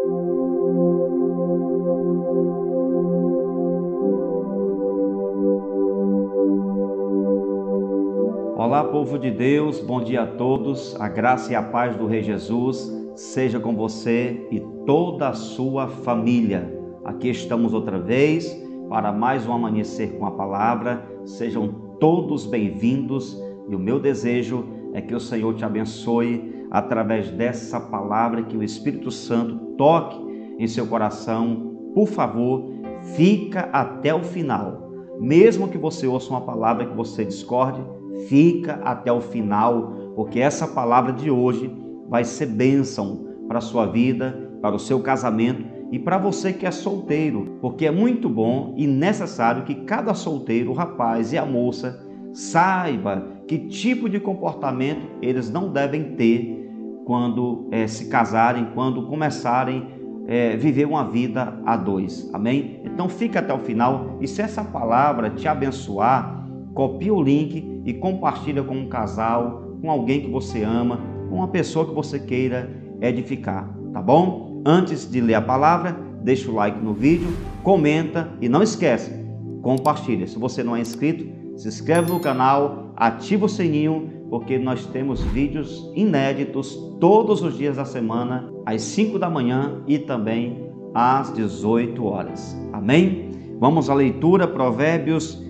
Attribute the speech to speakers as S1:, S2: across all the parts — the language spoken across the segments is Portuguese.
S1: Olá, povo de Deus, bom dia a todos, a graça e a paz do Rei Jesus seja com você e toda a sua família. Aqui estamos outra vez para mais um amanhecer com a palavra. Sejam todos bem-vindos e o meu desejo é que o Senhor te abençoe através dessa palavra, que o Espírito Santo toque em seu coração. Por favor, fica até o final. Mesmo que você ouça uma palavra que você discorde, fica até o final, porque essa palavra de hoje vai ser bênção para a sua vida, para o seu casamento e para você que é solteiro, porque é muito bom e necessário que cada solteiro, o rapaz e a moça, saiba que tipo de comportamento eles não devem ter quando se casarem, quando começarem a viver uma vida a dois, amém? Então fica até o final e se essa palavra te abençoar, copia o link e compartilha com um casal, com alguém que você ama, com uma pessoa que você queira edificar, tá bom? Antes de ler a palavra, deixa o like no vídeo, comenta e não esquece, compartilha. Se você não é inscrito, se inscreve no canal, ativa o sininho, porque nós temos vídeos inéditos todos os dias da semana, às 5 da manhã e também às 18 horas. Amém? Vamos à leitura, Provérbios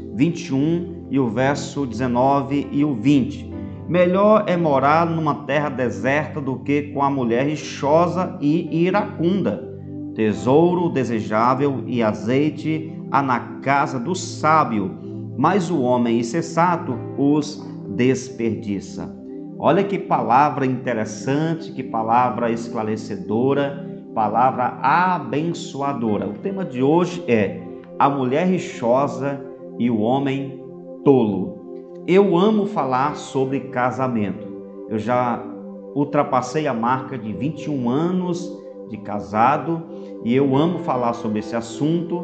S1: 21 e o verso 19 e o 20. Melhor é morar numa terra deserta do que com a mulher rixosa e iracunda. Tesouro desejável e azeite há na casa do sábio, mas o homem insensato os desperdiça. Olha que palavra interessante, que palavra esclarecedora, palavra abençoadora. O tema de hoje é a mulher rixosa e o homem tolo. Eu amo falar sobre casamento. Eu já ultrapassei a marca de 21 anos de casado e eu amo falar sobre esse assunto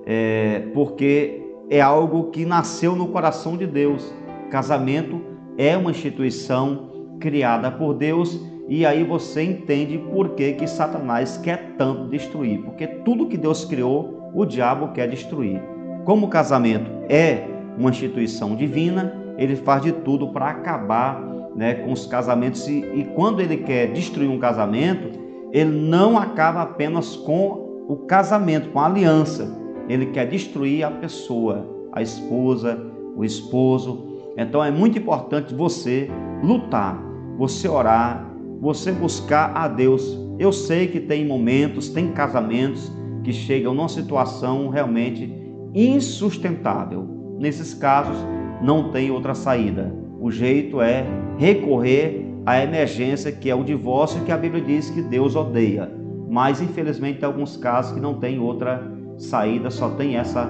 S1: porque é algo que nasceu no coração de Deus. Casamento é uma instituição criada por Deus e aí você entende por que Satanás quer tanto destruir. Porque tudo que Deus criou, o diabo quer destruir. Como o casamento é uma instituição divina, ele faz de tudo para acabar, com os casamentos e quando ele quer destruir um casamento, ele não acaba apenas com o casamento, com a aliança, ele quer destruir a pessoa, a esposa, o esposo. Então é muito importante você lutar, você orar, você buscar a Deus. Eu sei que tem momentos, tem casamentos que chegam numa situação realmente insustentável. Nesses casos, não tem outra saída. O jeito é recorrer à emergência, que é o divórcio, que a Bíblia diz que Deus odeia. Mas, infelizmente, tem alguns casos que não tem outra saída, só tem essa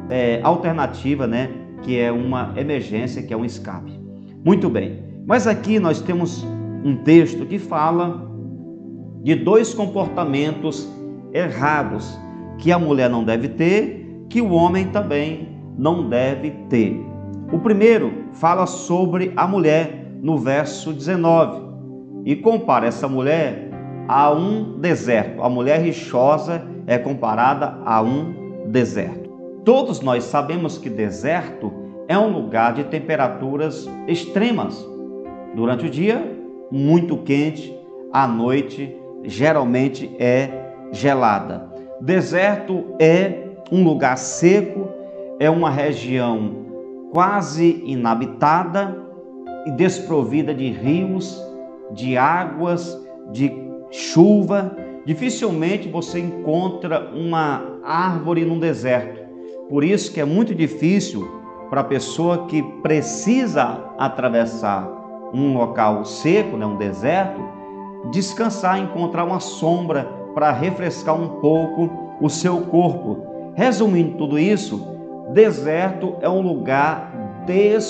S1: alternativa, que é uma emergência, que é um escape. Muito bem. Mas aqui nós temos um texto que fala de dois comportamentos errados que a mulher não deve ter, que o homem também não deve ter. O primeiro fala sobre a mulher no verso 19 e compara essa mulher a um deserto. A mulher rixosa é comparada a um deserto. Todos nós sabemos que deserto é um lugar de temperaturas extremas. Durante o dia, muito quente, à noite, geralmente é gelada. Deserto é um lugar seco, é uma região quase inabitada e desprovida de rios, de águas, de chuva. Dificilmente você encontra uma árvore num deserto. Por isso que é muito difícil para a pessoa que precisa atravessar um local seco, um deserto, descansar, encontrar uma sombra para refrescar um pouco o seu corpo. Resumindo tudo isso, deserto é um lugar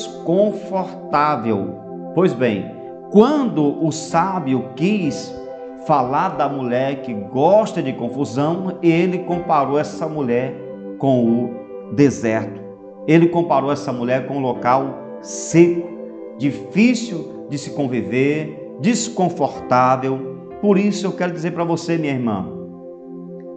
S1: desconfortável. Pois bem, quando o sábio quis falar da mulher que gosta de confusão, ele comparou essa mulher com o deserto. Ele comparou essa mulher com um local seco, difícil de se conviver, desconfortável. Por isso eu quero dizer para você, minha irmã,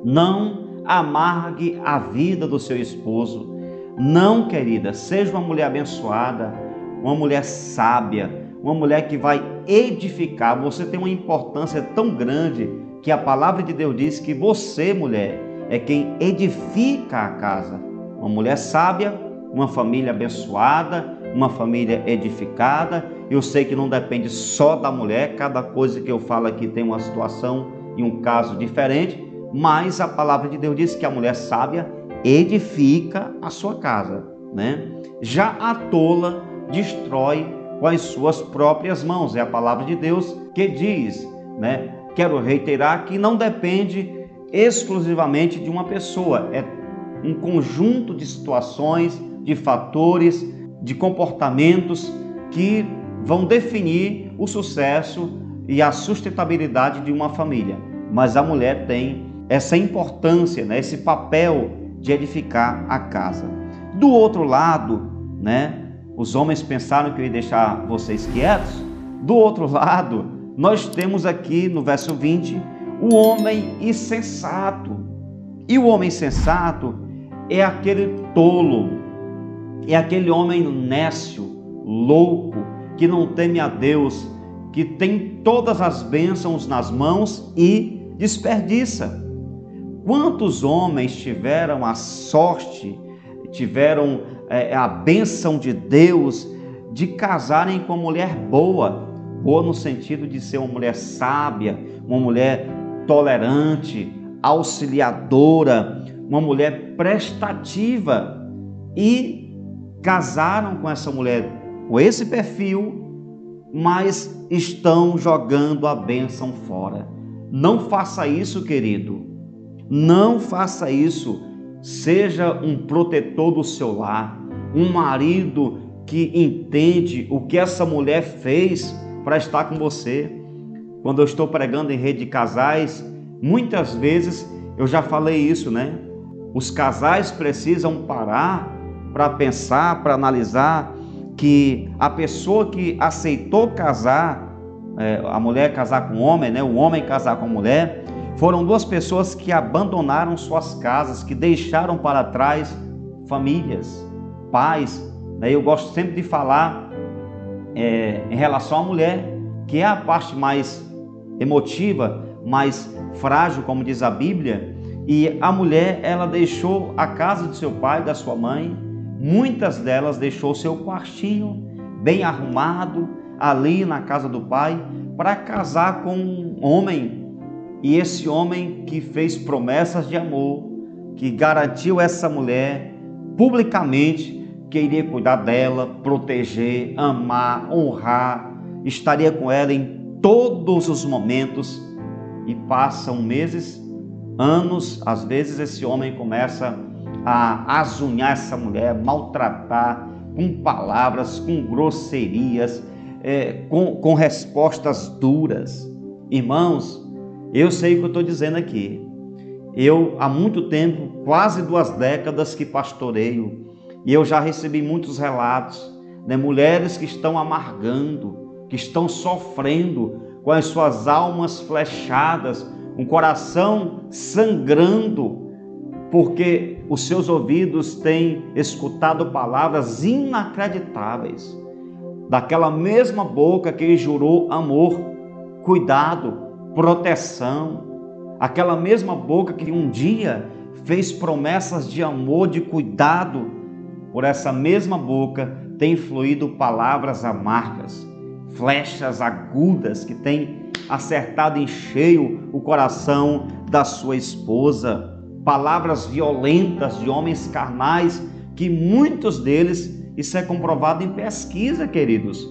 S1: Não amargue a vida do seu esposo. Não, querida, seja uma mulher abençoada, uma mulher sábia, uma mulher que vai edificar. Você tem uma importância tão grande que a palavra de Deus diz que você, mulher, é quem edifica a casa. Uma mulher sábia, uma família abençoada, uma família edificada. Eu sei que não depende só da mulher, cada coisa que eu falo aqui tem uma situação e um caso diferente, mas a palavra de Deus diz que a mulher sábia edifica a sua casa, né? Já a tola destrói com as suas próprias mãos. É a palavra de Deus que diz, né? Quero reiterar que não depende exclusivamente de uma pessoa, é um conjunto de situações, de fatores, de comportamentos que vão definir o sucesso e a sustentabilidade de uma família. Mas a mulher tem essa importância, né? Esse papel de edificar a casa. Do outro lado, né? Os homens pensaram que eu ia deixar vocês quietos. Do outro lado, nós temos aqui no verso 20 o homem insensato. E o homem sensato é aquele tolo, é aquele homem nécio, louco, que não teme a Deus, que tem todas as bênçãos nas mãos e desperdiça. Quantos homens tiveram a sorte, tiveram a bênção de Deus de casarem com uma mulher boa, boa no sentido de ser uma mulher sábia, uma mulher tolerante, auxiliadora, uma mulher prestativa, e casaram com essa mulher com esse perfil, mas estão jogando a bênção fora. Não faça isso, querido. Não faça isso. Seja um protetor do seu lar, um marido que entende o que essa mulher fez para estar com você. Quando eu estou pregando em rede de casais, muitas vezes eu já falei isso, né? Os casais precisam parar para pensar, para analisar que a pessoa que aceitou casar, a mulher casar com o homem, né? O homem casar com a mulher, foram duas pessoas que abandonaram suas casas, que deixaram para trás famílias, pais. Eu gosto sempre de falar em relação à mulher, que é a parte mais emotiva, mais frágil, como diz a Bíblia. E a mulher, ela deixou a casa de seu pai, da sua mãe. Muitas delas deixou seu quartinho bem arrumado ali na casa do pai para casar com um homem. E esse homem que fez promessas de amor, que garantiu essa mulher publicamente que iria cuidar dela, proteger, amar, honrar, estaria com ela em todos os momentos. E passam meses, anos, às vezes esse homem começa a azunhar essa mulher, maltratar com palavras, com grosserias, com respostas duras. Irmãos, eu sei o que eu estou dizendo aqui. Eu, há muito tempo, quase 2 décadas que pastoreio, e eu já recebi muitos relatos, né? Mulheres que estão amargando, que estão sofrendo, com as suas almas flechadas, um coração sangrando, porque os seus ouvidos têm escutado palavras inacreditáveis, daquela mesma boca que jurou amor, cuidado, proteção, aquela mesma boca que um dia fez promessas de amor, de cuidado. Por essa mesma boca tem fluído palavras amargas, flechas agudas que têm acertado em cheio o coração da sua esposa, palavras violentas de homens carnais, que muitos deles, isso é comprovado em pesquisa, queridos,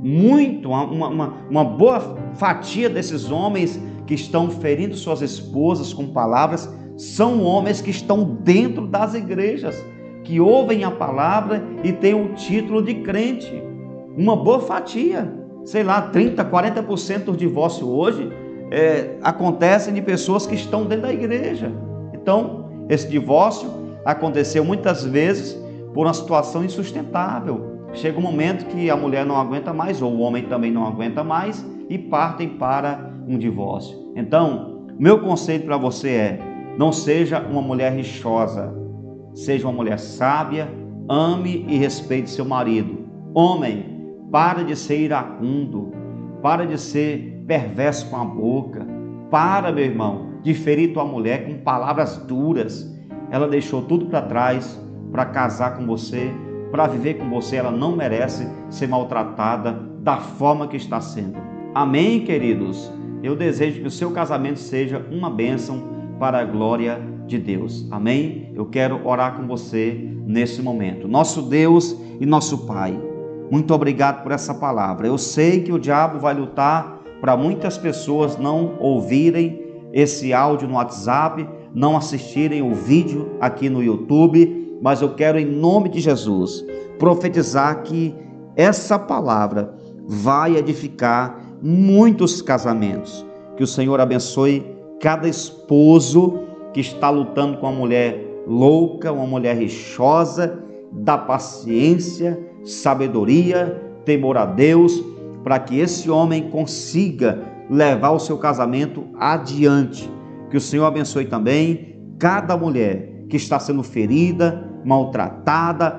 S1: uma boa fatia desses homens que estão ferindo suas esposas com palavras, são homens que estão dentro das igrejas, que ouvem a palavra e têm o título de crente. Uma boa fatia, sei lá, 30%, 40% do divórcio hoje acontecem de pessoas que estão dentro da igreja. Então, esse divórcio aconteceu muitas vezes por uma situação insustentável. Chega um momento que a mulher não aguenta mais, ou o homem também não aguenta mais, e partem para um divórcio. Então, meu conselho para você é: Não seja uma mulher rixosa, seja uma mulher sábia, ame e respeite seu marido. Homem, para de ser iracundo, para de ser perverso com a boca, para, meu irmão, de ferir tua mulher com palavras duras. Ela deixou tudo para trás para casar com você, para viver com você. Ela não merece ser maltratada da forma que está sendo. Amém, queridos? Eu desejo que o seu casamento seja uma bênção para a glória de Deus. Amém? Eu quero orar com você nesse momento. Nosso Deus e nosso Pai, muito obrigado por essa palavra. Eu sei que o diabo vai lutar para muitas pessoas não ouvirem esse áudio no WhatsApp, não assistirem o vídeo aqui no YouTube, mas eu quero, em nome de Jesus, profetizar que essa palavra vai edificar muitos casamentos. Que o Senhor abençoe cada esposo que está lutando com uma mulher louca, uma mulher rixosa, dá paciência, sabedoria, temor a Deus, para que esse homem consiga levar o seu casamento adiante. Que o Senhor abençoe também cada mulher que está sendo ferida, maltratada,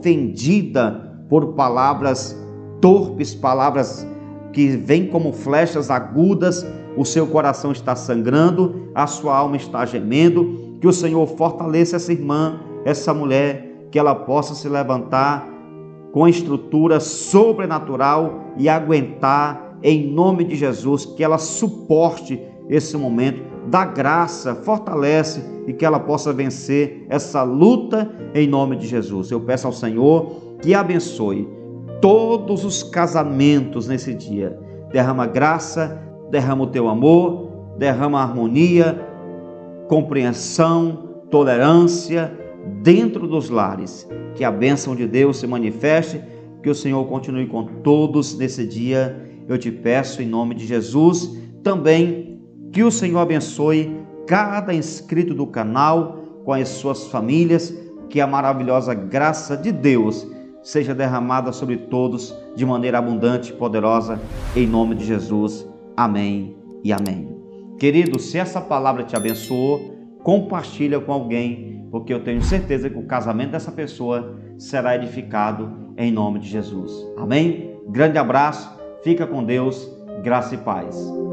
S1: ofendida por palavras torpes, palavras que vêm como flechas agudas. O seu coração está sangrando, a sua alma está gemendo. Que o Senhor fortaleça essa irmã, essa mulher, que ela possa se levantar com estrutura sobrenatural e aguentar, em nome de Jesus, que ela suporte esse momento, dá graça, fortalece e que ela possa vencer essa luta em nome de Jesus. Eu peço ao Senhor que abençoe todos os casamentos nesse dia. Derrama graça, derrama o teu amor, derrama harmonia, compreensão, tolerância dentro dos lares. Que a bênção de Deus se manifeste, que o Senhor continue com todos nesse dia. Eu te peço em nome de Jesus. Também que o Senhor abençoe cada inscrito do canal com as suas famílias, que a maravilhosa graça de Deus seja derramada sobre todos de maneira abundante e poderosa, em nome de Jesus. Amém e amém. Querido, se essa palavra te abençoou, compartilha com alguém, porque eu tenho certeza que o casamento dessa pessoa será edificado em nome de Jesus. Amém? Grande abraço, fica com Deus, graça e paz.